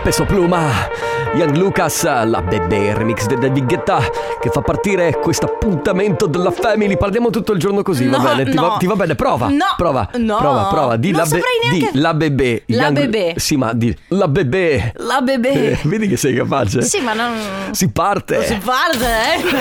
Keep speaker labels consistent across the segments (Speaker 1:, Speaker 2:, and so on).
Speaker 1: Peso Pluma, Young Lucas, la Bebè, remix di David Guetta, che fa partire questo appuntamento della Family. Parliamo tutto il giorno così,
Speaker 2: no,
Speaker 1: va bene? Ti va bene? Prova.
Speaker 2: No,
Speaker 1: prova.
Speaker 2: no.
Speaker 1: Prova. Di
Speaker 2: non
Speaker 1: la
Speaker 2: saprei neanche.
Speaker 1: Di la Bebè.
Speaker 2: La Bebè.
Speaker 1: Sì, ma di la Bebè.
Speaker 2: La Bebè.
Speaker 1: Vedi che sei capace?
Speaker 2: Sì, ma non.
Speaker 1: Si parte.
Speaker 2: Si parte,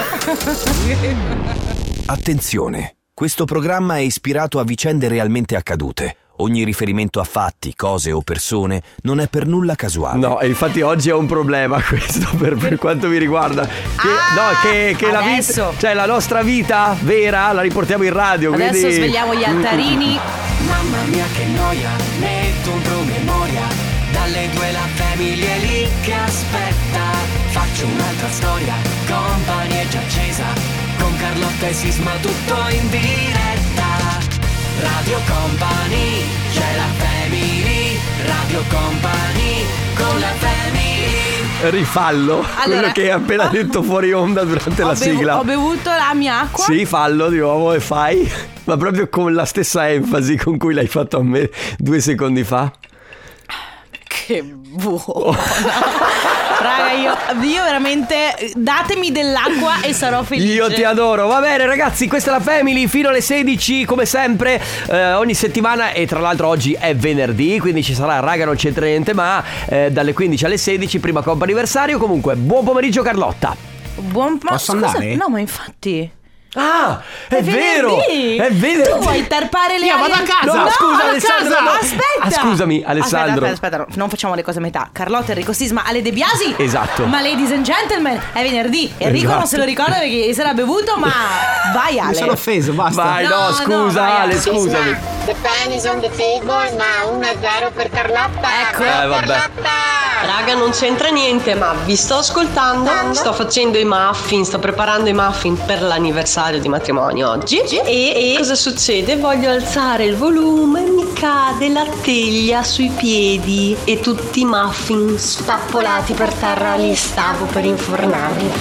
Speaker 3: Attenzione, questo programma è ispirato a vicende realmente accadute. Ogni riferimento a fatti, cose o persone non è per nulla casuale.
Speaker 1: No, e infatti oggi è un problema questo per quanto mi riguarda. Che la vita, cioè la nostra vita vera la riportiamo in radio.
Speaker 2: Adesso
Speaker 1: quindi
Speaker 2: svegliamo gli altarini.
Speaker 4: Mamma mia che noia, metto un promemoria. Dalle 2 la Family è lì che aspetta. Faccio un'altra storia, Company è già accesa. Con Carlotta e Sisma tutto in diretta. Radio Company, c'è la Family. Radio Company, con la Family.
Speaker 1: Rifallo
Speaker 2: Allora,
Speaker 1: quello che hai appena detto fuori onda durante la sigla.
Speaker 2: Ho bevuto la mia acqua.
Speaker 1: Sì, fallo di nuovo e fai. Ma proprio con la stessa enfasi con cui l'hai fatto a me 2 secondi fa.
Speaker 2: Che buona. Raga, io veramente, datemi dell'acqua e sarò felice.
Speaker 1: Io ti adoro. Va bene ragazzi, questa è la Family fino alle 16 come sempre, ogni settimana. E tra l'altro oggi è venerdì, quindi ci sarà Raga non c'entra niente ma dalle 15 alle 16, prima compa anniversario. Comunque buon pomeriggio Carlotta.
Speaker 2: Posso andare? No, ma infatti
Speaker 1: Ah, è vero! È venerdì.
Speaker 2: Tu vuoi tarpare le
Speaker 5: Io
Speaker 2: ali?
Speaker 5: vado a casa.
Speaker 2: No,
Speaker 1: scusa Alessandro, no.
Speaker 2: Aspetta.
Speaker 1: Scusami Alessandro.
Speaker 2: Aspetta, non facciamo le cose a metà. Carlotta, Enrico Sisma, Ale De Biasi.
Speaker 1: Esatto.
Speaker 2: Ma ladies and gentlemen, è venerdì. Enrico non se lo ricorda perché si era bevuto, ma vai Ale.
Speaker 5: Mi sono offeso, basta.
Speaker 1: Vai, no, scusa
Speaker 2: vai,
Speaker 1: Ale, scusami.
Speaker 6: The pen is on the table, ma 1-0 per Carlotta.
Speaker 2: Ecco.
Speaker 1: Vabbè.
Speaker 6: Carlotta.
Speaker 7: Raga, non c'entra niente, ma vi sto ascoltando. Sto facendo i muffin, sto preparando i muffin per l'anniversario di matrimonio oggi. E cosa succede? Voglio alzare il volume, mi cade la teglia sui piedi e tutti i muffin spappolati per terra li stavo per infornarli.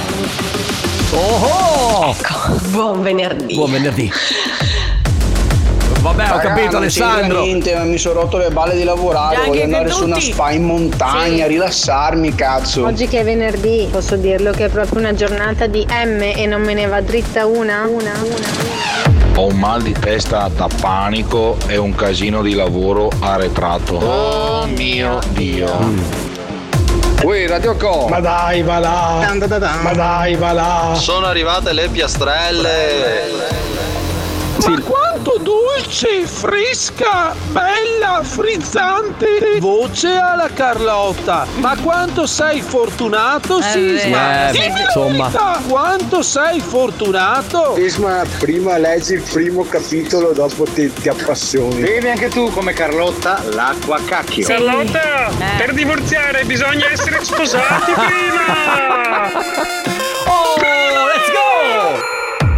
Speaker 1: Oh!
Speaker 7: Ecco, buon venerdì.
Speaker 1: Buon venerdì. Vabbè, ho capito Alessandro.
Speaker 8: Niente, mi sono rotto le balle di lavorare.
Speaker 2: Anche
Speaker 8: Voglio andare
Speaker 2: tutti.
Speaker 8: su una spa in montagna, rilassarmi, cazzo.
Speaker 9: Oggi che è venerdì, posso dirlo che è proprio una giornata di M e non me ne va dritta una.
Speaker 10: Ho un mal di testa da panico e un casino di lavoro arretrato. Oh mio Dio.
Speaker 8: Uè, Radio Co. Ma dai, va là. Ma dai, va là.
Speaker 10: Sono arrivate le piastrelle.
Speaker 1: Sì.
Speaker 5: Quanto dolce, fresca, bella, frizzante voce alla Carlotta. Ma quanto sei fortunato, Sisma. Dimmi
Speaker 1: insomma.
Speaker 5: la verità, quanto sei fortunato.
Speaker 8: Sisma, prima leggi il primo capitolo, dopo ti appassioni.
Speaker 10: Bevi anche tu come Carlotta l'acqua cacchio.
Speaker 11: Carlotta, per divorziare bisogna essere sposati prima.
Speaker 1: Oh, let's go!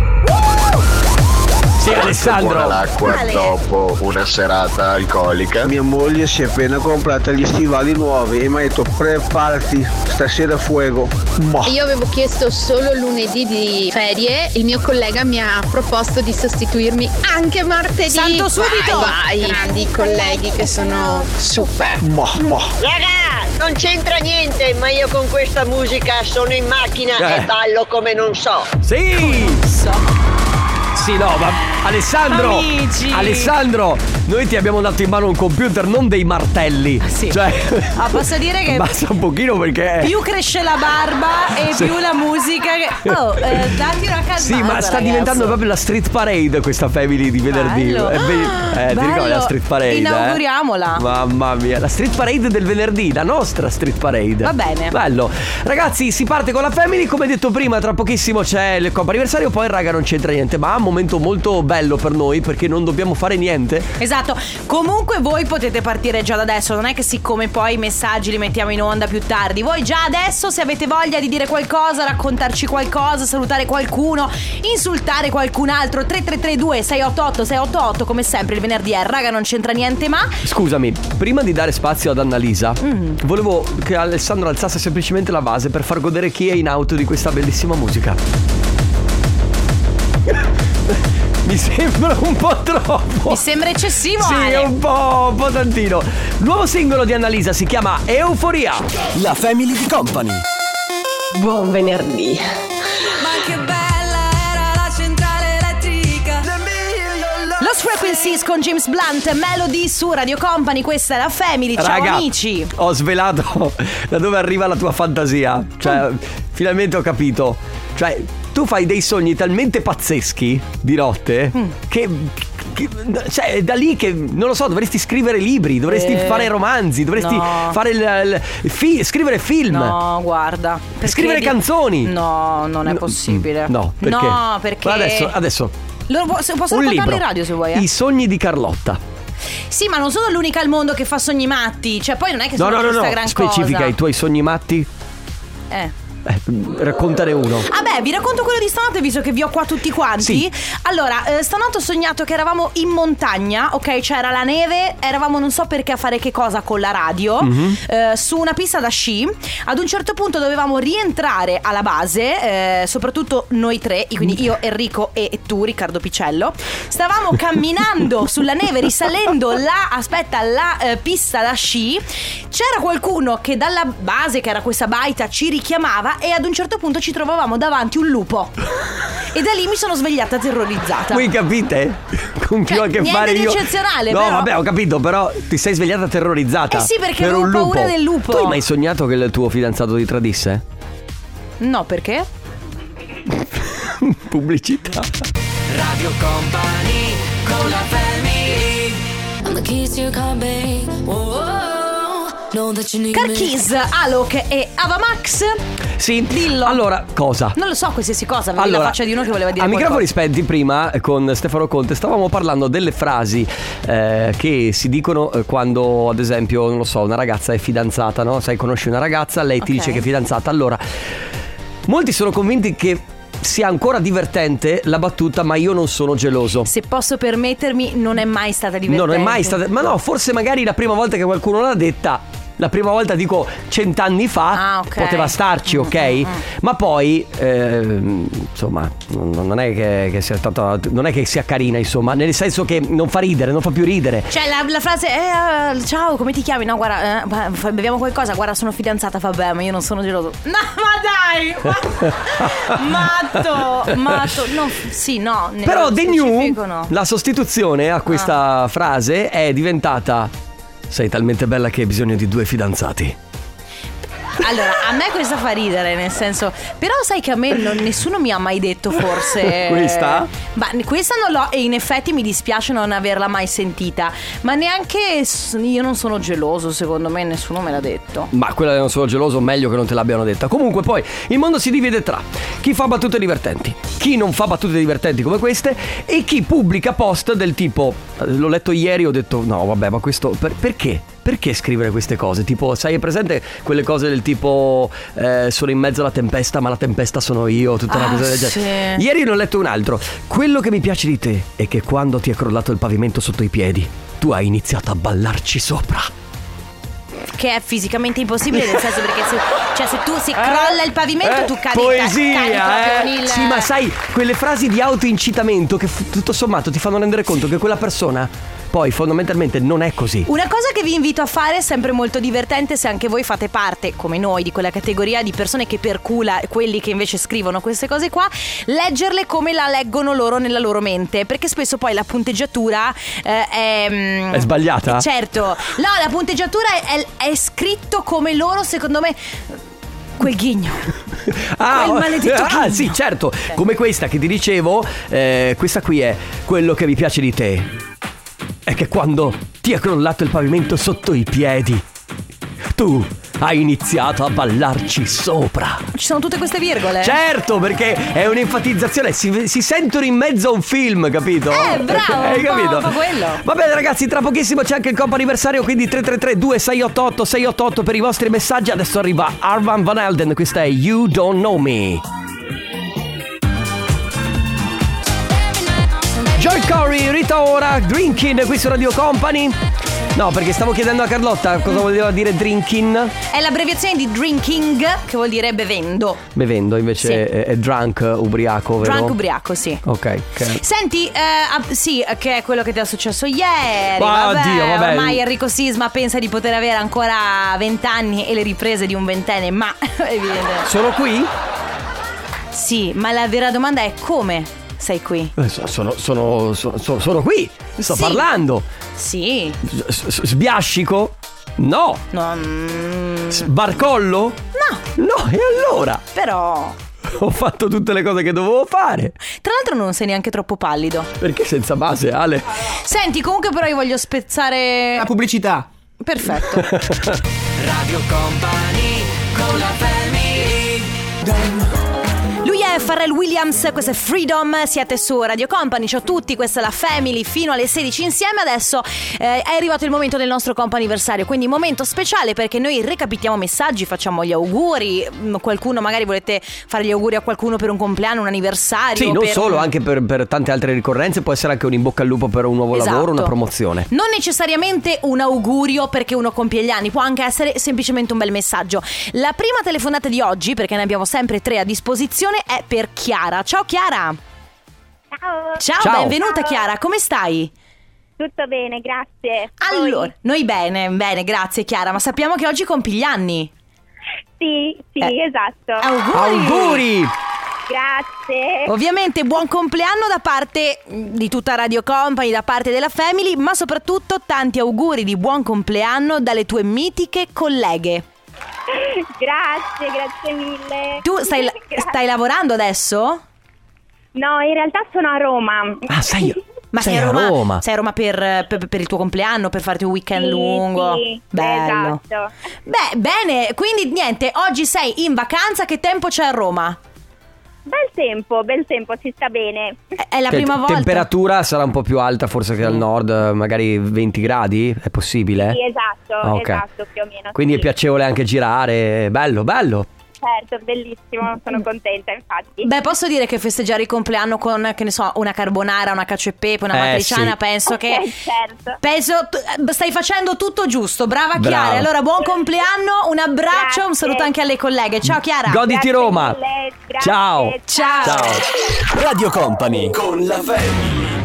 Speaker 1: Sì, Alessandro.
Speaker 10: Buona l'acqua dopo una serata alcolica.
Speaker 8: Mia moglie si è appena comprata gli stivali nuovi e mi ha detto preparati, stasera fuego.
Speaker 9: Io avevo chiesto solo lunedì di ferie, il mio collega mi ha proposto di sostituirmi anche martedì.
Speaker 2: Santo subito!
Speaker 9: Vai, grandi colleghi che sono super.
Speaker 6: Raga, non c'entra niente, ma io con questa musica sono in macchina e ballo come non so.
Speaker 1: Sì! Sì, no, ma Alessandro,
Speaker 2: Amici.
Speaker 1: Alessandro, noi ti abbiamo dato in mano un computer, non dei martelli.
Speaker 2: Sì.
Speaker 1: Cioè,
Speaker 2: posso dire che
Speaker 1: basta un pochino perché
Speaker 2: più cresce la barba e
Speaker 1: Sì.
Speaker 2: più la musica che... datti una calmata.
Speaker 1: sì, ma sta
Speaker 2: ragazzo.
Speaker 1: diventando proprio la street parade questa Family di venerdì.
Speaker 2: Bello.
Speaker 1: Ti
Speaker 2: Bello.
Speaker 1: ricordi la street parade?
Speaker 2: Inauguriamola.
Speaker 1: Mamma mia, la street parade del venerdì, la nostra street parade.
Speaker 2: Va bene.
Speaker 1: Bello. Ragazzi, si parte con la Family, come detto prima, tra pochissimo c'è il compo anniversario, poi raga non c'entra niente, ma un momento molto bello per noi perché non dobbiamo fare niente.
Speaker 2: Esatto. Comunque voi potete partire già da adesso. Non è che siccome poi i messaggi li mettiamo in onda più tardi. Voi già adesso, se avete voglia di dire qualcosa, raccontarci qualcosa, salutare qualcuno, insultare qualcun altro, 3332 688 688. Come sempre il venerdì è raga non c'entra niente ma.
Speaker 1: Scusami, prima di dare spazio ad Annalisa, volevo che Alessandro alzasse semplicemente la base per far godere chi è in auto di questa bellissima musica. Mi sembra un po' troppo.
Speaker 2: Mi sembra eccessivo,
Speaker 1: Sì,
Speaker 2: Ale.
Speaker 1: un po' tantino. Nuovo singolo di Annalisa si chiama Euforia.
Speaker 3: La Family di Company.
Speaker 7: Buon venerdì.
Speaker 12: Ma che bella era la centrale elettrica.
Speaker 2: Lost Frequencies con James Blunt, Melody su Radio Company. Questa è la Family. Ciao
Speaker 1: Raga,
Speaker 2: amici.
Speaker 1: ho svelato da dove arriva la tua fantasia. Cioè, finalmente ho capito. Cioè, tu fai dei sogni talmente pazzeschi di notte che cioè, è da lì che, non lo so, dovresti scrivere libri, dovresti fare romanzi, dovresti fare scrivere film.
Speaker 2: No, guarda.
Speaker 1: Scrivere canzoni.
Speaker 2: No, non è possibile.
Speaker 1: No, perché?
Speaker 2: No, perché
Speaker 1: Adesso
Speaker 2: posso
Speaker 1: un
Speaker 2: raccontarlo
Speaker 1: libro.
Speaker 2: in radio se vuoi.
Speaker 1: I sogni di Carlotta.
Speaker 2: Sì, ma non sono l'unica al mondo che fa sogni matti. Cioè, poi non è che sono questa gran
Speaker 1: Specifica
Speaker 2: cosa.
Speaker 1: i tuoi sogni matti. Raccontane uno.
Speaker 2: Vabbè, vi racconto quello di stanotte, visto che vi ho qua tutti quanti.
Speaker 1: Sì.
Speaker 2: Allora, stanotte ho sognato che eravamo in montagna, ok? C'era la neve, eravamo non so perché a fare che cosa con la radio, su una pista da sci. Ad un certo punto dovevamo rientrare alla base, soprattutto noi tre, quindi io, Enrico e tu, Riccardo Picello. Stavamo camminando sulla neve, risalendo la pista da sci. C'era qualcuno che dalla base, che era questa baita, ci richiamava e ad un certo punto ci trovavamo davanti un lupo. E da lì mi sono svegliata terrorizzata.
Speaker 1: Voi capite? Con più a che
Speaker 2: niente
Speaker 1: fare
Speaker 2: di
Speaker 1: io.
Speaker 2: eccezionale,
Speaker 1: No,
Speaker 2: però.
Speaker 1: vabbè, ho capito, però ti sei svegliata terrorizzata.
Speaker 2: Eh sì, perché
Speaker 1: per
Speaker 2: avevo
Speaker 1: un
Speaker 2: paura
Speaker 1: lupo.
Speaker 2: del lupo.
Speaker 1: Tu hai mai sognato che il tuo fidanzato ti tradisse?
Speaker 2: No, perché?
Speaker 1: Pubblicità.
Speaker 4: Radio Company con la Family.
Speaker 12: I'm the keys to your car, babe. Whoa. Know that you need me.
Speaker 2: Carchis, Alok e Avamax.
Speaker 1: Sì.
Speaker 2: Dillo.
Speaker 1: Allora, cosa?
Speaker 2: Non lo so, qualsiasi cosa. Vedi la faccia di uno che voleva dire
Speaker 1: a
Speaker 2: qualcosa.
Speaker 1: microfoni spenti prima con Stefano Conte stavamo parlando delle frasi che si dicono quando, ad esempio, non lo so, una ragazza è fidanzata, no? Sai, conosci una ragazza, lei ti dice che è fidanzata. Allora, molti sono convinti che sia ancora divertente la battuta "ma io non sono geloso".
Speaker 2: Se posso permettermi, non è mai stata divertente.
Speaker 1: Non è mai stata. Ma no, forse magari la prima volta che qualcuno l'ha detta, la prima volta dico 100 anni fa, poteva starci, ok? Ma poi insomma, non è che sia stata, non è che sia carina, insomma, nel senso che non fa ridere, non fa più ridere.
Speaker 2: Cioè la frase ciao, come ti chiami? No, guarda, beviamo qualcosa. Guarda, sono fidanzata. Vabbè, ma io non sono geloso. No, ma dai. Matto. No, sì, no.
Speaker 1: Però The New,
Speaker 2: no.
Speaker 1: la sostituzione a questa frase è diventata: sei talmente bella che hai bisogno di 2 fidanzati.
Speaker 2: Allora, a me questa fa ridere, nel senso. Però sai che a me nessuno mi ha mai detto forse
Speaker 1: Questa?
Speaker 2: Ma questa non l'ho. E in effetti mi dispiace non averla mai sentita. Ma neanche io non sono geloso. Secondo me nessuno me l'ha detto.
Speaker 1: Ma quella non sono geloso, meglio che non te l'abbiano detta. Comunque poi il mondo si divide tra chi fa battute divertenti, chi non fa battute divertenti come queste, e chi pubblica post del tipo, l'ho letto ieri, ho detto no vabbè, ma questo perché? Perché scrivere queste cose? Tipo, sai, è presente quelle cose del tipo sono in mezzo alla tempesta, ma la tempesta sono io, tutta una cosa del genere.
Speaker 2: Sì.
Speaker 1: Ieri ne ho letto un altro. Quello che mi piace di te è che quando ti è crollato il pavimento sotto i piedi, tu hai iniziato a ballarci sopra.
Speaker 2: Che è fisicamente impossibile, nel senso, perché se tu si crolla il pavimento, tu cadi.
Speaker 1: Poesia,
Speaker 2: cadi proprio con il...
Speaker 1: Sì, ma sai, quelle frasi di autoincitamento che tutto sommato ti fanno rendere conto che quella persona poi fondamentalmente non è così.
Speaker 2: Una cosa che vi invito a fare è sempre molto divertente, se anche voi fate parte, come noi, di quella categoria di persone che percula quelli che invece scrivono queste cose qua, leggerle come la leggono loro nella loro mente, perché spesso poi la punteggiatura
Speaker 1: è sbagliata?
Speaker 2: Certo. No, la punteggiatura è scritto come loro, secondo me. Quel ghigno. Quel maledetto ghigno.
Speaker 1: Sì, certo. Come questa che ti dicevo, questa qui è: quello che mi piace di te è che quando ti è crollato il pavimento sotto i piedi, tu hai iniziato a ballarci sopra.
Speaker 2: Ci sono tutte queste virgole?
Speaker 1: Certo, perché è un'enfatizzazione, si sentono in mezzo a un film, capito?
Speaker 2: Bravo,
Speaker 1: hai capito?
Speaker 2: un po' quello.
Speaker 1: Va bene ragazzi, tra pochissimo c'è anche il compo anniversario, quindi 333-2688-688 per i vostri messaggi. Adesso arriva Arvan Van Helden, questa è You Don't Know Me. Joy Corey, Rita Ora, Drinking qui su Radio Company. No, perché stavo chiedendo a Carlotta cosa voleva dire drinking.
Speaker 2: È l'abbreviazione di drinking, che vuol dire bevendo.
Speaker 1: Bevendo, invece
Speaker 2: Sì.
Speaker 1: è drunk, ubriaco, vero?
Speaker 2: Drunk ubriaco, sì.
Speaker 1: Ok.
Speaker 2: Senti, sì, che è quello che ti è successo ieri.
Speaker 1: Oddio, vabbè.
Speaker 2: Ormai Enrico Sisma pensa di poter avere ancora 20 anni e le riprese di un ventenne, ma
Speaker 1: Sono qui?
Speaker 2: Sì, ma la vera domanda è come sei qui?
Speaker 1: Sono qui. Sto
Speaker 2: Sì.
Speaker 1: parlando.
Speaker 2: Sì.
Speaker 1: Sbiascico? No. Barcollo? No, e allora?
Speaker 2: Però
Speaker 1: Ho fatto tutte le cose che dovevo fare.
Speaker 2: tra l'altro non sei neanche troppo pallido.
Speaker 1: Perché senza base, Ale?
Speaker 2: Senti, comunque però io voglio spezzare
Speaker 13: la pubblicità.
Speaker 2: Perfetto.
Speaker 4: Radio Company con la family.
Speaker 2: Lui è Pharrell Williams, questo è Freedom, siete su Radio Company, ciao a tutti, questa è la Family fino alle 16 insieme. Adesso è arrivato il momento del nostro comp'anniversario, quindi momento speciale perché noi recapitiamo messaggi, facciamo gli auguri, qualcuno magari volete fare gli auguri a qualcuno per un compleanno, un anniversario.
Speaker 1: Sì, non
Speaker 2: per
Speaker 1: solo, anche per tante altre ricorrenze, può essere anche un in bocca al lupo per un nuovo
Speaker 2: Esatto.
Speaker 1: lavoro, una promozione.
Speaker 2: Non necessariamente un augurio perché uno compie gli anni, può anche essere semplicemente un bel messaggio. La prima telefonata di oggi, perché ne abbiamo sempre 3 a disposizione, è per Chiara. Ciao Chiara. Ciao, benvenuta Chiara, come stai?
Speaker 14: Tutto bene, grazie.
Speaker 2: Allora, noi bene, grazie Chiara, ma sappiamo che oggi compi gli anni.
Speaker 14: Sì, esatto.
Speaker 2: Auguri!
Speaker 14: Grazie.
Speaker 2: Ovviamente buon compleanno da parte di tutta Radio Company, da parte della Family, ma soprattutto tanti auguri di buon compleanno dalle tue mitiche colleghe.
Speaker 14: Grazie mille.
Speaker 2: Tu stai lavorando adesso?
Speaker 14: No, in realtà sono a Roma.
Speaker 1: Ah,
Speaker 2: Ma sei a Roma? Sei a Roma per il tuo compleanno, per farti un weekend lungo?
Speaker 14: Sì,
Speaker 2: bello.
Speaker 14: esatto.
Speaker 2: Beh, bene, quindi niente, oggi sei in vacanza, che tempo c'è a Roma?
Speaker 14: Bel tempo, ci sta bene.
Speaker 2: È la prima volta?
Speaker 1: Temperatura sarà un po' più alta forse che al nord, magari 20 gradi, è possibile?
Speaker 14: Sì, esatto,
Speaker 1: Ok.
Speaker 14: esatto, più o meno.
Speaker 1: Quindi
Speaker 14: sì.
Speaker 1: è piacevole anche girare, bello.
Speaker 14: Certo, bellissimo, sono contenta infatti.
Speaker 2: Beh, posso dire che festeggiare il compleanno con, che ne so, una carbonara, una cacio e pepe, una matriciana,
Speaker 1: sì.
Speaker 2: penso che
Speaker 14: certo.
Speaker 2: Stai facendo tutto giusto, brava
Speaker 1: Brava.
Speaker 2: Chiara. Allora buon compleanno, un abbraccio, un saluto anche alle colleghe. Ciao Chiara.
Speaker 1: Goditi Roma. Ciao.
Speaker 2: Ciao.
Speaker 3: Radio Company con la family.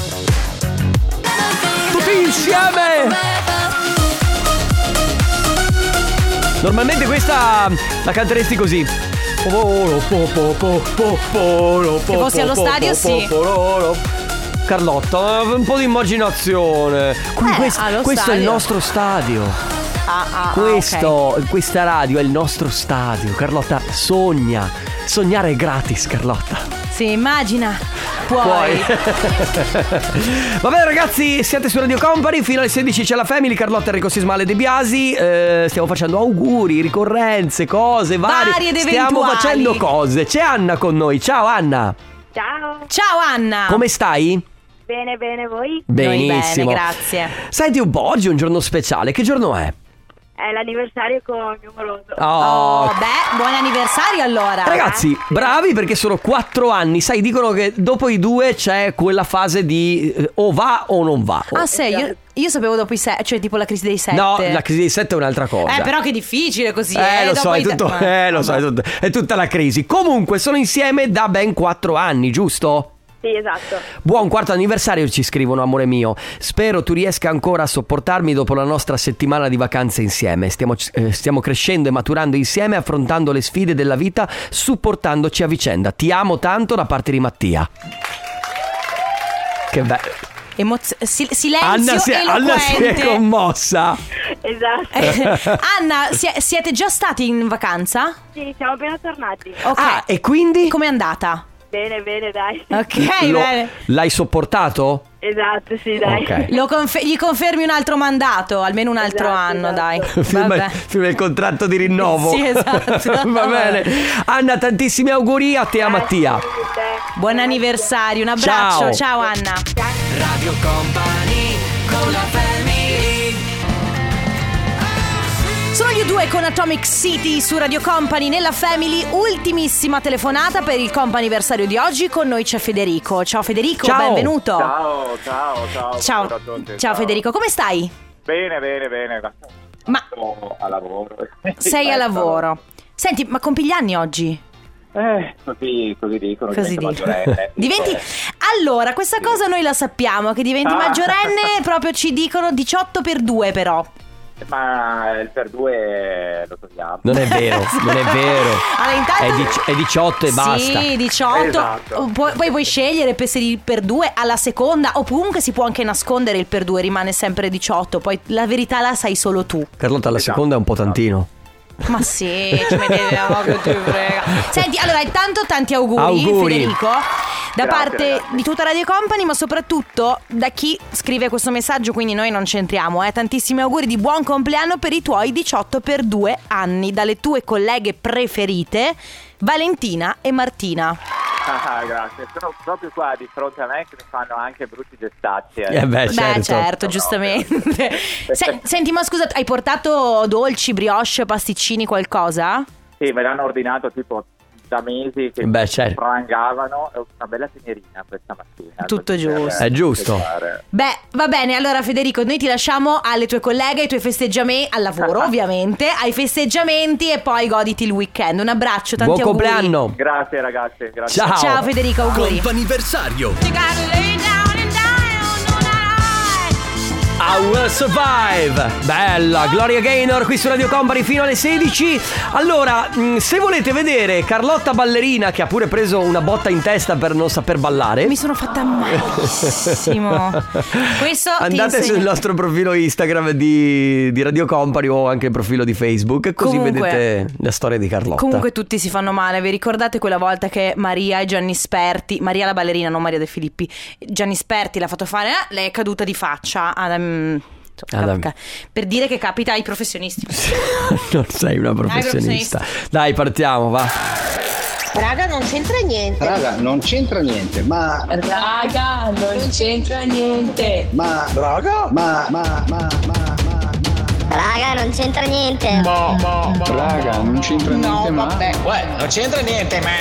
Speaker 1: Tutti insieme. Normalmente questa la canteresti così.
Speaker 2: Se fossi allo stadio, sì.
Speaker 1: Carlotta, un po' di immaginazione. Qui questo è il
Speaker 2: stadio.
Speaker 1: nostro stadio. Questa radio è il nostro stadio. Carlotta, sogna. Sognare è gratis, Carlotta.
Speaker 2: Sì, immagina. Puoi.
Speaker 1: Va bene ragazzi, siete su Radio Company. Fino alle 16 c'è la Family, Carlotta, Enrico Sisma, Ale De Biasi. Stiamo facendo auguri, ricorrenze, cose varie.
Speaker 2: ed
Speaker 1: Stiamo
Speaker 2: eventuali.
Speaker 1: facendo cose. C'è Anna con noi. Ciao Anna.
Speaker 14: Ciao.
Speaker 2: Ciao Anna.
Speaker 1: Come stai?
Speaker 14: Bene, voi?
Speaker 1: Benissimo.
Speaker 2: Noi bene, grazie.
Speaker 1: Senti un po', oggi è un giorno speciale. Che giorno è?
Speaker 14: È l'anniversario con mio moroso.
Speaker 1: Oh.
Speaker 2: Beh, buon anniversario allora.
Speaker 1: Ragazzi, bravi perché sono 4 anni. Sai, dicono che dopo i 2 c'è quella fase di o va o non va.
Speaker 2: Ah, sei, io sapevo dopo i 7, cioè tipo la crisi dei 7.
Speaker 1: No, la crisi dei 7 è un'altra cosa.
Speaker 2: Però che difficile così.
Speaker 1: Lo
Speaker 2: dopo
Speaker 1: so, è
Speaker 2: i
Speaker 1: tutto, lo so, è tutta la crisi. Comunque sono insieme da ben 4 anni, giusto?
Speaker 14: Sì, esatto.
Speaker 1: Buon quarto anniversario, ci scrivono, amore mio. Spero tu riesca ancora a sopportarmi dopo la nostra settimana di vacanze insieme. Stiamo crescendo e maturando insieme, affrontando le sfide della vita, supportandoci a vicenda. Ti amo tanto, da parte di Mattia. Che bello.
Speaker 2: Silenzio
Speaker 1: Anna si è commossa.
Speaker 14: Esatto.
Speaker 2: Anna, siete già stati in vacanza?
Speaker 14: Sì, siamo appena tornati.
Speaker 2: Ok.
Speaker 1: Ah, e quindi?
Speaker 2: Com'è andata?
Speaker 14: Bene, dai.
Speaker 2: Ok, bene.
Speaker 1: L'hai sopportato?
Speaker 14: Esatto, sì, dai.
Speaker 1: Ok.
Speaker 2: Gli confermi un altro mandato, almeno un altro anno, dai.
Speaker 1: Firma il contratto di rinnovo.
Speaker 2: Sì, esatto.
Speaker 1: Va bene. Anna, tantissimi auguri a te e a Mattia.
Speaker 2: Buon anniversario, un abbraccio. Ciao Anna.
Speaker 4: Radio Company con la family.
Speaker 2: Sono gli U2 con Atomic City su Radio Company nella Family. Ultimissima telefonata per il comp'anniversario di oggi. Con noi c'è Federico. Ciao Federico,
Speaker 1: Ciao.
Speaker 2: benvenuto.
Speaker 15: Ciao.
Speaker 2: Ciao Federico, come stai?
Speaker 13: Bene.
Speaker 2: Ma
Speaker 13: a lavoro.
Speaker 2: sei a lavoro. Senti, ma compi gli anni oggi?
Speaker 13: Così dicono.
Speaker 2: Così dicono.
Speaker 13: Maggiorenne.
Speaker 2: Allora, questa cosa noi la sappiamo, che diventi maggiorenne, proprio ci dicono 18 per 2 però.
Speaker 13: Ma il per 2 lo togliamo.
Speaker 1: Non è vero.
Speaker 2: Allora, intanto
Speaker 1: È 18 e basta.
Speaker 2: Sì, 18.
Speaker 13: Esatto.
Speaker 2: Poi puoi scegliere se il per 2 alla seconda, o comunque si può anche nascondere il per 2, rimane sempre 18. Poi la verità la sai solo tu.
Speaker 1: Carlotta, la seconda è un po' tantino.
Speaker 2: Ma sì, ci mettevo che ti frega. Senti, allora intanto tanti auguri. Federico, da
Speaker 13: Grazie,
Speaker 2: parte
Speaker 13: ragazzi.
Speaker 2: di tutta Radio Company, ma soprattutto da chi scrive questo messaggio, quindi noi non c'entriamo. Tantissimi auguri di buon compleanno per i tuoi 18 per 2 anni, dalle tue colleghe preferite Valentina e Martina.
Speaker 13: Grazie, sono proprio qua di fronte a me che mi fanno anche brutti gestacci.
Speaker 1: Beh, certo.
Speaker 2: Giustamente. Senti, ma scusa, hai portato dolci, brioche, pasticcini, qualcosa?
Speaker 13: Sì, me l'hanno ordinato tipo da mesi che sprangavano. Una bella tenerina questa mattina.
Speaker 2: Tutto giusto.
Speaker 1: È giusto.
Speaker 2: Beh, va bene, allora Federico, noi ti lasciamo alle tue colleghe, ai tuoi festeggiamenti, al lavoro ovviamente, ai festeggiamenti, e poi goditi il weekend. Un abbraccio, tanti
Speaker 1: Buon
Speaker 2: auguri.
Speaker 1: compleanno.
Speaker 13: Grazie ragazzi, grazie.
Speaker 2: Ciao Federico, auguri.
Speaker 3: Comp'anniversario.
Speaker 1: I Will Survive. Bella, Gloria Gaynor qui su Radio Company fino alle 16. Allora, se volete vedere Carlotta ballerina, che ha pure preso una botta in testa per non saper ballare,
Speaker 2: mi sono fatta malissimo. Questo
Speaker 1: andate sul nostro profilo Instagram di Radio Company, o anche il profilo di Facebook, così vedete la storia di Carlotta.
Speaker 2: Comunque tutti si fanno male. Vi ricordate quella volta che Maria e Gianni Sperti, Maria la ballerina, non Maria De Filippi, Gianni Sperti l'ha fatto fare, lei è caduta di faccia per dire che capita ai professionisti.
Speaker 1: Non sei una professionista. Dai, partiamo, va.
Speaker 6: Raga, non c'entra niente.
Speaker 8: Ma
Speaker 6: Raga, non c'entra niente.
Speaker 8: Ma
Speaker 6: Raga, non c'entra niente.
Speaker 8: Raga, non c'entra niente,
Speaker 6: vabbè.
Speaker 11: Non c'entra niente, ma.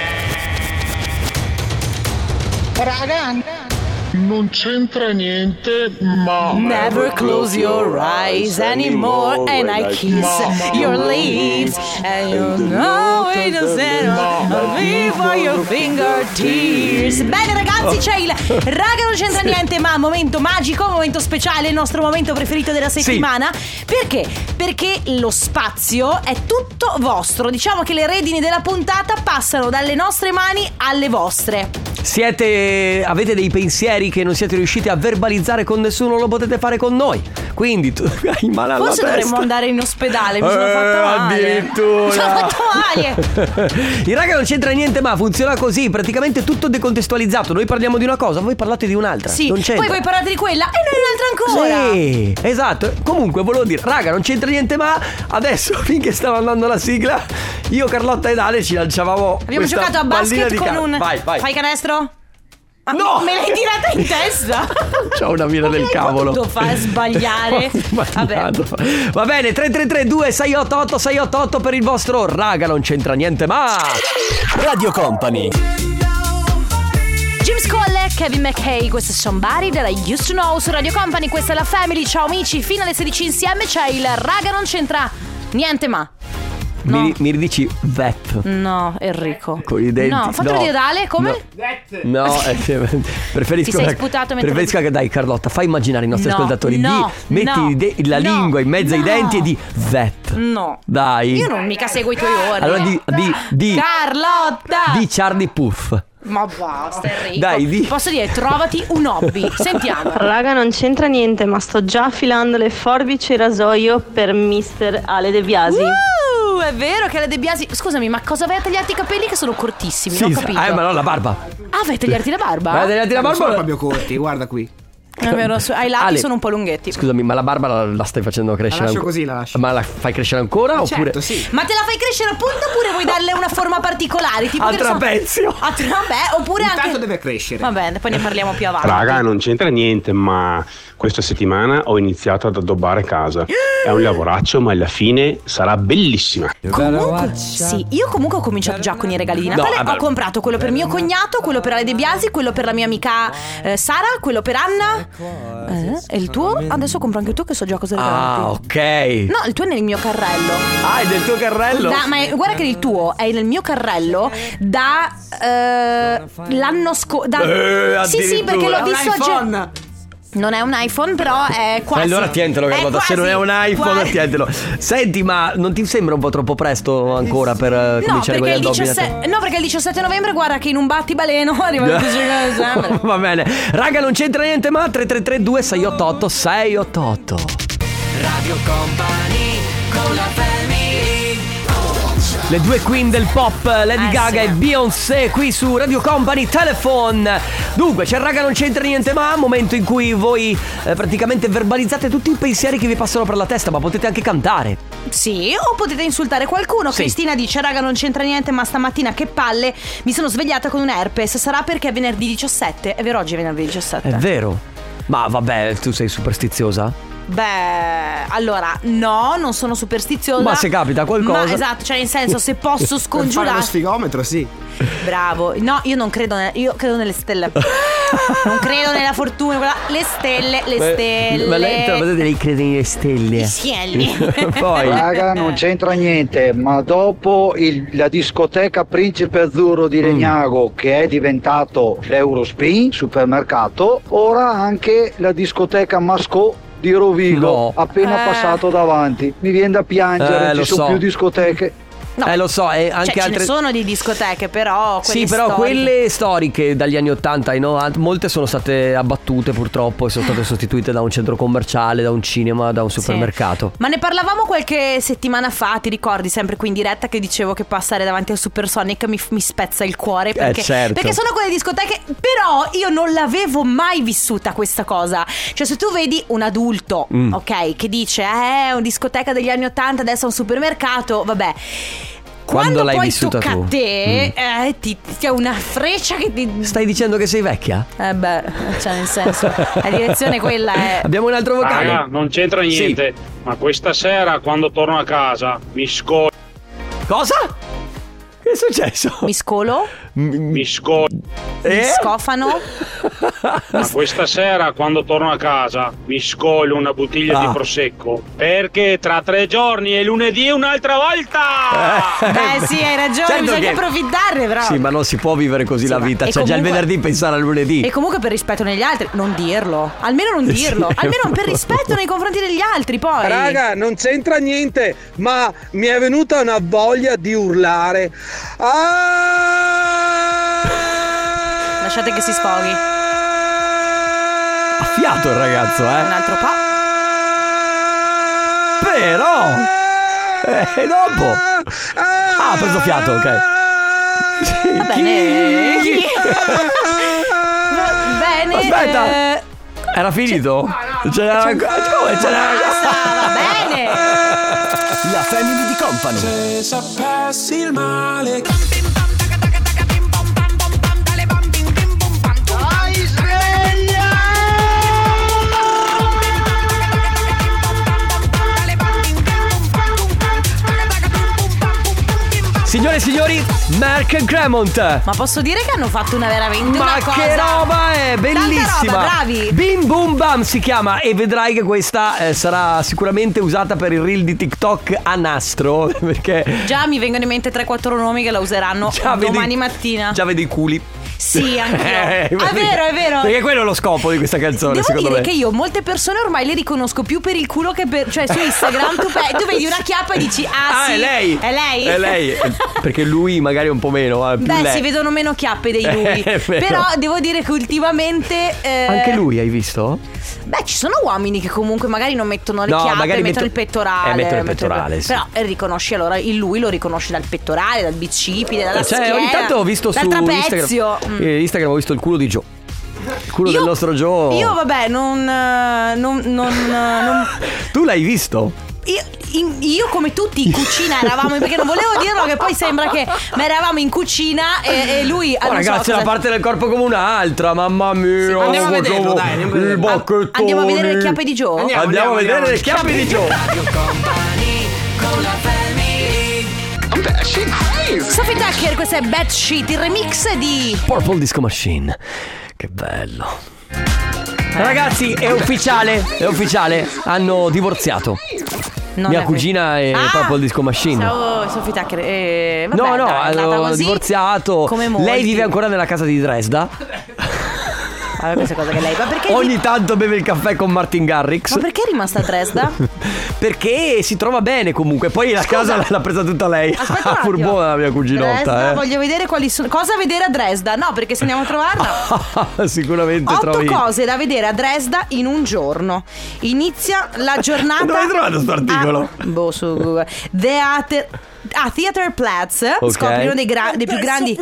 Speaker 6: Raga,
Speaker 11: Non c'entra niente, ma.
Speaker 2: Never close your eyes anymore, and I kiss your lips, and you know it doesn't for your fingertips. Bene ragazzi, c'è il raga non c'entra niente, ma momento magico, momento speciale, il nostro momento preferito della settimana. Perché? Perché lo spazio è tutto vostro. Diciamo che le redini della puntata passano dalle nostre mani alle vostre.
Speaker 1: Avete dei pensieri che non siete riusciti a verbalizzare con nessuno, lo potete fare con noi. Quindi tu hai male alla
Speaker 2: Forse
Speaker 1: testa.
Speaker 2: dovremmo andare in ospedale, mi sono fatta male.
Speaker 1: Addirittura.
Speaker 2: Mi sono fatto male.
Speaker 1: Il raga non c'entra niente, ma funziona così, praticamente tutto decontestualizzato. Noi parliamo di una cosa, voi parlate di un'altra.
Speaker 2: Sì,
Speaker 1: non c'entra.
Speaker 2: poi voi parlate di quella e noi un'altra ancora.
Speaker 1: Sì, esatto. Comunque volevo dire, raga non c'entra niente, ma adesso finché stava andando la sigla, io, Carlotta ed Ale ci lanciavamo.
Speaker 2: Abbiamo giocato a basket con un.
Speaker 1: Vai.
Speaker 2: Fai canestro?
Speaker 1: No!
Speaker 2: Me l'hai tirata in testa.
Speaker 1: C'ho una mira del cavolo.
Speaker 2: Ho far sbagliare. Vabbè.
Speaker 1: Va bene, 333-2688-688 per il vostro raga non c'entra niente, ma
Speaker 3: Radio Company.
Speaker 2: James Cole, Kevin McKay, questo è Somebody That I Used To Know su Radio Company. Questa è la Family, ciao amici. Fino alle 16 insieme c'è il raga non c'entra niente, ma
Speaker 1: mi ridici vet.
Speaker 2: No, Enrico.
Speaker 1: Con i denti.
Speaker 2: No, fatelo dire Dale, come?
Speaker 1: No, preferisco.
Speaker 2: Ti sei sputato mentre.
Speaker 1: Preferisco che dai, Carlotta, fai immaginare i nostri ascoltatori. Metti la lingua in mezzo ai denti e di vet.
Speaker 2: No.
Speaker 1: Dai.
Speaker 2: Io non mica seguo i tuoi ordini.
Speaker 1: Allora di
Speaker 2: Carlotta.
Speaker 1: Di Charlie Puff.
Speaker 2: Ma basta, Enrico.
Speaker 1: Dai,
Speaker 2: posso dire, trovati un hobby. Sentiamo.
Speaker 7: Raga, non c'entra niente, ma sto già affilando le forbici e rasoio per Mister Ale De Biasi.
Speaker 2: È vero che Ale De Biasi. Scusami, ma cosa vai a tagliarti i capelli che sono cortissimi? Non ho capito.
Speaker 1: Ma no, la barba.
Speaker 2: Ah, vai a tagliarti la barba?
Speaker 1: Vai a tagliarti la barba.
Speaker 15: Sono proprio corti, guarda qui.
Speaker 2: È vero, ai lati
Speaker 1: Ale,
Speaker 2: sono un po' lunghetti.
Speaker 1: Scusami, ma la barba la stai facendo crescere
Speaker 15: La lascio
Speaker 1: ancora?
Speaker 15: così, la lascio.
Speaker 1: Ma la fai crescere ancora?
Speaker 15: Certo,
Speaker 1: oppure?
Speaker 15: sì.
Speaker 2: Ma te la fai crescere appunto oppure vuoi darle una forma particolare? Tipo
Speaker 1: A trapezio.
Speaker 2: Vabbè, oppure
Speaker 15: Intanto
Speaker 2: anche.
Speaker 15: deve crescere.
Speaker 2: Vabbè, poi ne parliamo più avanti.
Speaker 16: Raga, non c'entra niente, ma questa settimana ho iniziato ad addobbare casa. È un lavoraccio, ma alla fine sarà bellissima.
Speaker 2: Comunque, sì, io comunque ho cominciato già con i regali di Natale. Ho comprato quello per mio cognato, quello per Ale De Biasi, quello per la mia amica Sara, quello per Anna. E il tuo? Adesso compro anche il tuo, che so già cosa regalarti.
Speaker 1: Ah, ok.
Speaker 2: No, il tuo è nel mio carrello.
Speaker 1: Ah, è nel tuo carrello?
Speaker 2: Ma guarda che il tuo è nel mio carrello da l'anno scorso. Sì, perché l'ho visto oggi. Non è un iPhone, però è quasi.
Speaker 1: Allora tientelo, Carlotta. Se non è un iPhone, tientelo. Senti, ma non ti sembra un po' troppo presto ancora per cominciare con il Adobe?
Speaker 2: No, perché il 17 novembre, guarda che in un battibaleno arriva il 17 novembre.
Speaker 1: Va bene. Raga, non c'entra niente, ma 333 688 688.
Speaker 4: Radio Company con la family.
Speaker 1: Le due queen del pop, Lady Gaga e Beyoncé, qui su Radio Company Telephone. Dunque, c'è Raga non c'entra niente ma, momento in cui voi praticamente verbalizzate tutti i pensieri che vi passano per la testa, ma potete anche cantare.
Speaker 2: Sì, o potete insultare qualcuno.
Speaker 1: Sì.
Speaker 2: Cristina dice: raga non c'entra niente, ma stamattina che palle, mi sono svegliata con un herpes. Sarà perché è venerdì 17? È vero, oggi è venerdì 17.
Speaker 1: È vero. Ma vabbè, tu sei superstiziosa?
Speaker 2: Beh, allora, no, non sono superstiziosa.
Speaker 1: Ma se capita qualcosa.
Speaker 2: Ma esatto, cioè nel senso, se posso scongiurare.
Speaker 15: Fare lo sfigometro, sì.
Speaker 2: Bravo. No, io non credo io credo nelle stelle. Non credo nella fortuna. Le stelle.
Speaker 1: Ma lei crede nelle stelle.
Speaker 2: I cieli.
Speaker 1: Poi
Speaker 17: raga, non c'entra niente, ma dopo la discoteca Principe Azzurro di Legnago, che è diventato l'Eurospin supermercato, ora anche la discoteca Mascò di Rovigo, appena passato davanti. Mi viene da piangere, ci sono più discoteche.
Speaker 2: No.
Speaker 1: Lo so, e anche
Speaker 2: ce
Speaker 1: altre.
Speaker 2: ne sono di discoteche, però
Speaker 1: sì, però
Speaker 2: storiche.
Speaker 1: Quelle storiche dagli anni 80 ai 90, molte sono state abbattute purtroppo e sono state sostituite da un centro commerciale, da un cinema, da un supermercato.
Speaker 2: Ma ne parlavamo qualche settimana fa, ti ricordi, sempre qui in diretta, che dicevo che passare davanti al Supersonic mi spezza il cuore perché,
Speaker 1: certo.
Speaker 2: Perché sono quelle discoteche. Però io non l'avevo mai vissuta questa cosa. Cioè, se tu vedi un adulto, ok, che dice una discoteca degli anni 80, adesso è un supermercato, vabbè. Quando
Speaker 1: l'hai
Speaker 2: poi
Speaker 1: vissuta
Speaker 2: tocca
Speaker 1: tu?
Speaker 2: A te, ti c'è una freccia che ti.
Speaker 1: Stai dicendo che sei vecchia?
Speaker 2: Beh, cioè nel senso, la direzione quella è.
Speaker 1: Abbiamo un altro vocale.
Speaker 18: Raga, non c'entra niente, sì. Ma questa sera quando torno a casa mi scolo.
Speaker 1: Cosa? Che è successo?
Speaker 2: Mi scolo?
Speaker 18: Mi scolo.
Speaker 2: Mi scofano?
Speaker 18: Ma questa sera quando torno a casa mi scolo una bottiglia di prosecco, perché tra 3 giorni è lunedì un'altra volta.
Speaker 2: Beh sì, hai ragione, certo, bisogna approfittarne però.
Speaker 1: Sì, ma non si può vivere così la vita. C'è già il venerdì, pensare al lunedì.
Speaker 2: E comunque per rispetto negli altri, non dirlo. Almeno non dirlo. Sì. Almeno per rispetto nei confronti degli altri, poi.
Speaker 5: Raga, non c'entra niente, ma mi è venuta una voglia di urlare.
Speaker 2: Lasciate che si sfoghi.
Speaker 1: Ha fiato il ragazzo,
Speaker 2: Un altro po'.
Speaker 1: Però dopo ha preso fiato, ok.
Speaker 2: Va bene. Bene.
Speaker 1: Aspetta, era finito?
Speaker 2: No.
Speaker 1: C'era come c'era?
Speaker 2: Va bene.
Speaker 3: La family di Company.
Speaker 4: Se sapessi il male.
Speaker 1: Signore e signori, Mark and Cremont.
Speaker 2: Ma posso dire che hanno fatto veramente
Speaker 1: una
Speaker 2: cosa.
Speaker 1: Che roba è, bellissima.
Speaker 2: Roba, bravi.
Speaker 1: Bim Boom Bam si chiama. E vedrai che questa sarà sicuramente usata per il reel di TikTok a nastro. Perché
Speaker 2: già mi vengono in mente 3-4 nomi che la useranno domani mattina.
Speaker 1: Già vedo i culi.
Speaker 2: Sì, anch'io. È vero.
Speaker 1: Perché quello è lo scopo di questa canzone.
Speaker 2: Devo dire che io molte persone ormai le riconosco più per il culo che per. Cioè su Instagram tu vedi una chiappa e dici sì,
Speaker 1: è lei. È lei. Perché lui magari un po' meno.
Speaker 2: Beh,
Speaker 1: lei.
Speaker 2: si vedono meno chiappe dei lui. Però devo dire che ultimamente
Speaker 1: anche lui hai visto?
Speaker 2: Beh, ci sono uomini che comunque magari non mettono le chiappe, mettono il pettorale.
Speaker 1: Mettono il pettorale, sì.
Speaker 2: Però riconosci, allora lui lo riconosci dal pettorale, dal bicipite, dalla schiena.
Speaker 1: Ogni tanto ho visto
Speaker 2: dal
Speaker 1: su
Speaker 2: trapezio.
Speaker 1: Instagram ho visto il culo di Joe. Il culo del nostro Joe.
Speaker 2: Io vabbè, non
Speaker 1: Tu l'hai visto?
Speaker 2: Io come tutti in cucina eravamo, perché non volevo dirlo che poi sembra che ma eravamo in cucina e lui
Speaker 1: ragazzi, la parte del corpo come un'altra, mamma mia.
Speaker 15: Sì, andiamo a vederlo, dai,
Speaker 2: andiamo a vedere le chiappe di Joe.
Speaker 1: Andiamo a vedere le chiappe di Joe.
Speaker 2: Sophie Tucker, questa è Bad Shit, il remix di
Speaker 1: Purple Disco Machine. Che bello. Ragazzi, è ufficiale, hanno divorziato. Mia cugina è proprio il disco machine.
Speaker 2: Ciao Sofì Tucker.
Speaker 1: No, hanno divorziato.
Speaker 2: Come molti.
Speaker 1: Lei vive ancora nella casa di Dresda.
Speaker 2: Questa cosa che lei. Ma perché
Speaker 1: ogni tanto beve il caffè con Martin Garrix.
Speaker 2: Ma perché è rimasta a Dresda?
Speaker 1: Perché si trova bene comunque. Poi la casa l'ha presa tutta lei. Furbona la mia cuginotta.
Speaker 2: Dresda, voglio vedere quali sono. Cosa vedere a Dresda? No, perché se andiamo a trovarla.
Speaker 1: Sicuramente
Speaker 2: 8 cose da vedere a Dresda in un giorno. Inizia la giornata.
Speaker 1: Dove hai trovato questo articolo?
Speaker 2: Su Google. Theater Platz. Scopri uno dei più grandi.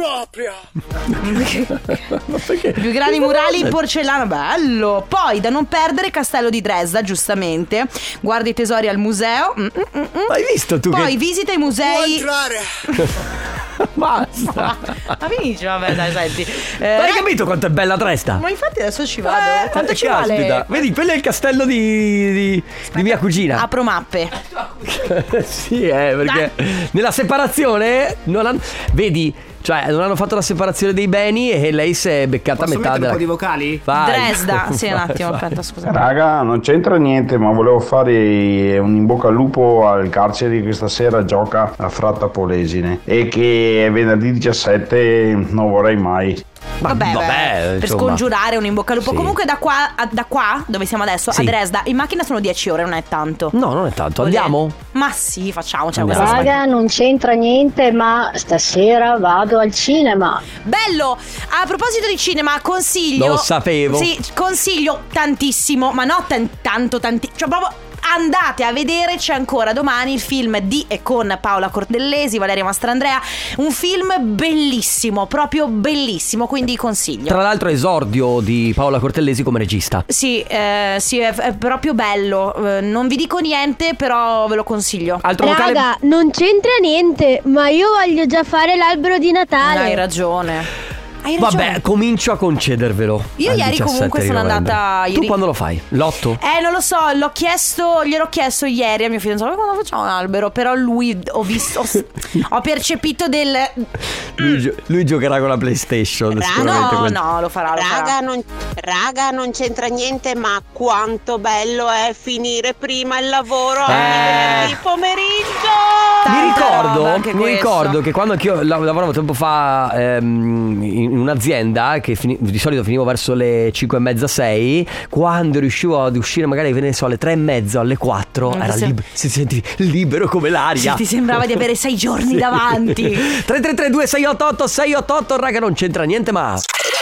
Speaker 2: Più grandi murali in porcellana. Bello. Poi da non perdere Castello di Dresda, giustamente. Guarda i tesori al museo.
Speaker 1: Hai visto tu?
Speaker 2: Poi visita i musei.
Speaker 19: Può entrare.
Speaker 1: Basta.
Speaker 2: Ma finisci, vabbè, dai, senti.
Speaker 1: Hai capito quanto è bella Dresda?
Speaker 2: Ma infatti adesso ci vado. Quanto ci vale?
Speaker 1: Vedi, quello è il castello di mia cugina.
Speaker 2: Apro mappe.
Speaker 1: Sì, perché nella separazione vedi, cioè non hanno fatto la separazione dei beni e lei si è beccata a metà
Speaker 15: della... un po' di vocali?
Speaker 1: Vai.
Speaker 2: Dresda. Sì, un attimo, aspetta, scusa.
Speaker 10: Raga, non c'entra niente, ma volevo fare un in bocca al lupo al carcere che stasera gioca a Fratta Polesine e che è venerdì 17 non vorrei mai.
Speaker 2: Vabbè, per scongiurare un in bocca al lupo.
Speaker 1: Sì.
Speaker 2: Comunque da qua dove siamo adesso, a Dresda, in macchina sono 10 ore, non è tanto.
Speaker 1: No, non è tanto. Andiamo?
Speaker 2: Ma sì, facciamocela.
Speaker 20: Raga, non c'entra niente, ma stasera vado al cinema.
Speaker 2: Bello! A proposito di cinema, consiglio.
Speaker 1: Lo sapevo.
Speaker 2: Sì, consiglio tantissimo, ma no tanto, cioè proprio andate a vedere, c'è ancora domani il film di e con Paola Cortellesi, Valeria Mastrandrea. Un film bellissimo, proprio bellissimo, quindi consiglio.
Speaker 1: Tra l'altro esordio di Paola Cortellesi come regista.
Speaker 2: Sì, è proprio bello. Non vi dico niente, però ve lo consiglio.
Speaker 1: Altro vocale?
Speaker 20: Raga, non c'entra niente, ma io voglio già fare l'albero di Natale.
Speaker 2: Hai ragione.
Speaker 1: Vabbè, comincio a concedervelo.
Speaker 2: Io ieri comunque sono andata.
Speaker 1: Tu quando lo fai? L'8?
Speaker 2: Non lo so, gliel'ho chiesto ieri a mio fidanzato quando facciamo un albero. Però lui ho percepito del.
Speaker 1: Lui giocherà con la PlayStation.
Speaker 2: No, lo farà.
Speaker 6: Raga, non c'entra niente, ma quanto bello è finire prima il lavoro di pomeriggio.
Speaker 1: Mi ricordo che quando anch'io lavoravo tempo fa in un'azienda che di solito finivo verso le 5:30, 6, quando riuscivo ad uscire magari alle 3:30, alle 4 era si sentivi libero come l'aria.
Speaker 2: Ti sembrava di avere 6 giorni davanti.
Speaker 1: 333 688 688. Raga, non c'entra niente, ma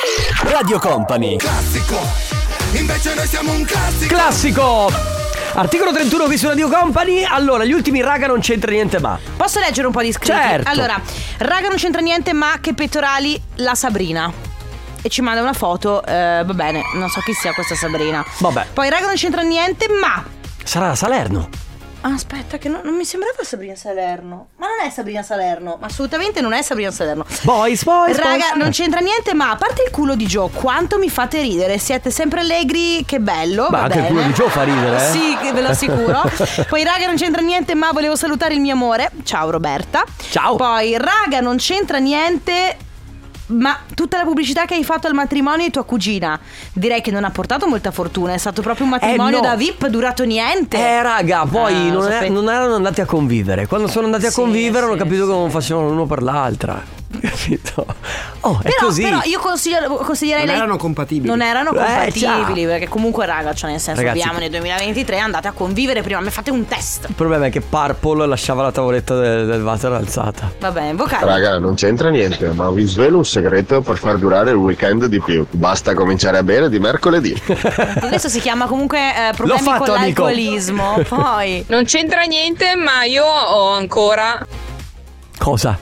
Speaker 1: Radio Company.
Speaker 19: Classico. Invece noi siamo un
Speaker 1: classico. Articolo 31 qui su Radio Company. Allora, gli ultimi raga non c'entra niente ma.
Speaker 2: Posso leggere un po' di iscritti?
Speaker 1: Certo.
Speaker 2: Allora, raga non c'entra niente ma che pettorali la Sabrina. E ci manda una foto, va bene, non so chi sia questa Sabrina.
Speaker 1: Vabbè.
Speaker 2: Poi raga non c'entra niente ma.
Speaker 1: Sarà da Salerno.
Speaker 2: Aspetta, che non mi sembrava Sabrina Salerno. Ma non è Sabrina Salerno. Ma assolutamente non è Sabrina Salerno.
Speaker 1: Boys.
Speaker 2: Raga, non c'entra niente, ma a parte il culo di Joe, quanto mi fate ridere. Siete sempre allegri, che bello.
Speaker 1: Ma anche il culo di Joe fa ridere, eh?
Speaker 2: Sì, ve lo assicuro. Poi raga, non c'entra niente, ma volevo salutare il mio amore. Ciao Roberta.
Speaker 1: Ciao.
Speaker 2: Poi raga, non c'entra niente, ma tutta la pubblicità che hai fatto al matrimonio di tua cugina, direi che non ha portato molta fortuna. È stato proprio un matrimonio da VIP, durato niente.
Speaker 1: Raga, poi non erano andati a convivere. Quando sono andati a convivere hanno capito che non facevano l'uno per l'altra. Capito? È così.
Speaker 2: Però io consiglierei
Speaker 15: non erano compatibili.
Speaker 2: Non erano compatibili, perché comunque raga, cioè nel senso,
Speaker 1: ragazzi,
Speaker 2: abbiamo nel 2023, andate a convivere prima, fate un test.
Speaker 1: Il problema è che Purple lasciava la tavoletta del water alzata.
Speaker 2: Va bene, vocale.
Speaker 21: Raga, non c'entra niente, ma vi svelo un segreto per far durare il weekend di più. Basta cominciare a bere di mercoledì.
Speaker 2: Adesso si chiama comunque problemi con l'alcolismo. Poi
Speaker 22: non c'entra niente, ma io ho ancora.
Speaker 1: Cosa?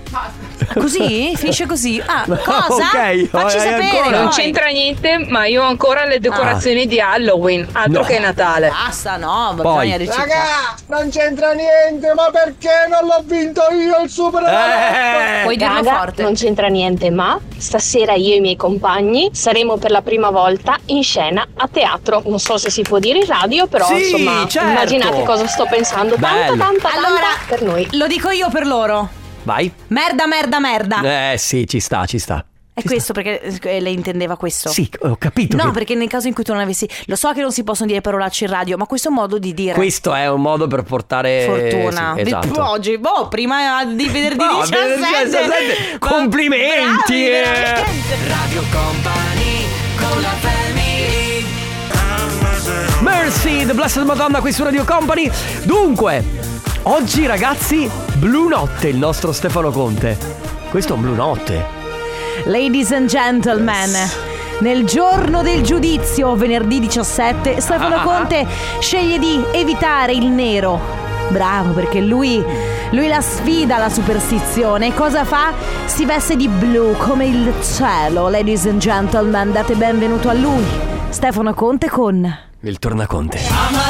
Speaker 2: Così? Finisce così? Cosa?
Speaker 1: Ok,
Speaker 2: facci sapere.
Speaker 22: Ancora. Non c'entra niente, ma io ho ancora le decorazioni di Halloween. Altro che Natale.
Speaker 2: Basta, no, bisogna riciclare.
Speaker 19: Raga, non c'entra niente, ma perché non l'ho vinto io il Superenalotto?
Speaker 2: Puoi dirlo forte.
Speaker 20: Non c'entra niente, ma stasera io e i miei compagni saremo per la prima volta in scena a teatro. Non so se si può dire in radio, però insomma,
Speaker 1: certo.
Speaker 20: Immaginate cosa sto pensando. Tanta
Speaker 2: allora,
Speaker 20: per noi.
Speaker 2: Lo dico io per loro.
Speaker 1: Vai.
Speaker 2: Merda.
Speaker 1: Sì, ci sta.
Speaker 2: È questo perché lei intendeva questo?
Speaker 1: Sì, ho capito.
Speaker 2: No, perché nel caso in cui tu non avessi... Lo so che non si possono dire parolacce in radio, ma questo è un modo di dire.
Speaker 1: Questo è un modo per portare
Speaker 2: fortuna.
Speaker 1: Sì, esatto.
Speaker 2: Oggi, prima di venerdì 17.
Speaker 1: Complimenti.
Speaker 4: Radio Company con la family.
Speaker 1: Mercy, The Blessed Madonna qui su Radio Company. Dunque, oggi ragazzi, Blu Notte, il nostro Stefano Conte. Questo è un Blu Notte.
Speaker 2: Ladies and gentlemen, nel giorno del giudizio, venerdì 17, Stefano Conte sceglie di evitare il nero. Bravo, perché lui la sfida la superstizione. E cosa fa? Si veste di blu come il cielo. Ladies and gentlemen, date benvenuto a lui, Stefano Conte con
Speaker 1: il Tornaconte.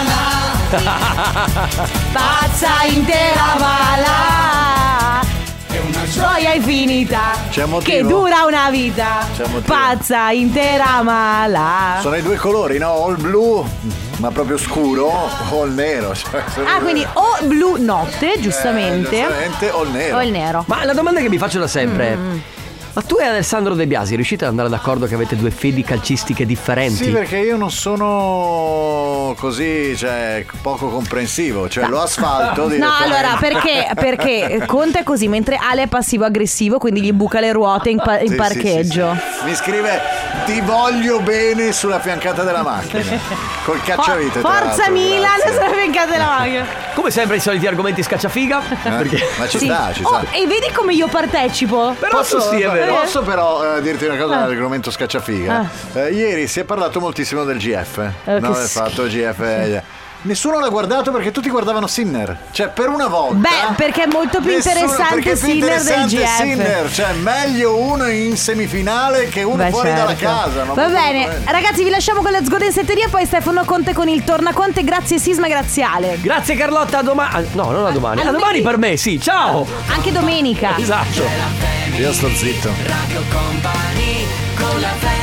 Speaker 2: Pazza intera mala, una gioia infinita che dura una vita. Pazza intera mala.
Speaker 9: Sono i due colori, no? O il blu, ma proprio scuro, o il nero.
Speaker 2: Quindi o blu notte, giustamente,
Speaker 9: o il nero.
Speaker 2: O il nero.
Speaker 1: Ma la domanda che mi faccio da sempre è: ma tu e Alessandro De Biasi riuscite ad andare d'accordo che avete due fedi calcistiche differenti?
Speaker 9: Sì, perché io non sono così, poco comprensivo. Lo asfalto direttamente.
Speaker 2: No, allora, perché Conte è così, mentre Ale è passivo-aggressivo, quindi gli buca le ruote in parcheggio.
Speaker 9: Sì. Mi scrive: ti voglio bene sulla fiancata della macchina. Col cacciavite.
Speaker 2: Forza Milan sulla fiancata della macchina.
Speaker 1: Come sempre i soliti argomenti scacciafiga.
Speaker 9: Ma ci sta.
Speaker 2: E vedi come io partecipo?
Speaker 9: Posso però dirti una cosa dell'argomento scacciafiga? Ieri si è parlato moltissimo del GF. Del fatto GF. Nessuno l'ha guardato perché tutti guardavano Sinner. Per una volta.
Speaker 2: Perché è molto più interessante Sinner del GF.
Speaker 9: Sinner, meglio uno in semifinale che uno fuori dalla casa.
Speaker 2: Va bene, ragazzi, vi lasciamo con Let's Go Densetteria. Poi Stefano Conte con il Tornaconte. Grazie Sisma, grazie Ale.
Speaker 1: Grazie Carlotta, a domani. No, non a domani. A domani per me, sì, ciao.
Speaker 2: Anche domenica.
Speaker 1: Esatto.
Speaker 9: Io sto zitto.
Speaker 4: Radio Company con la family.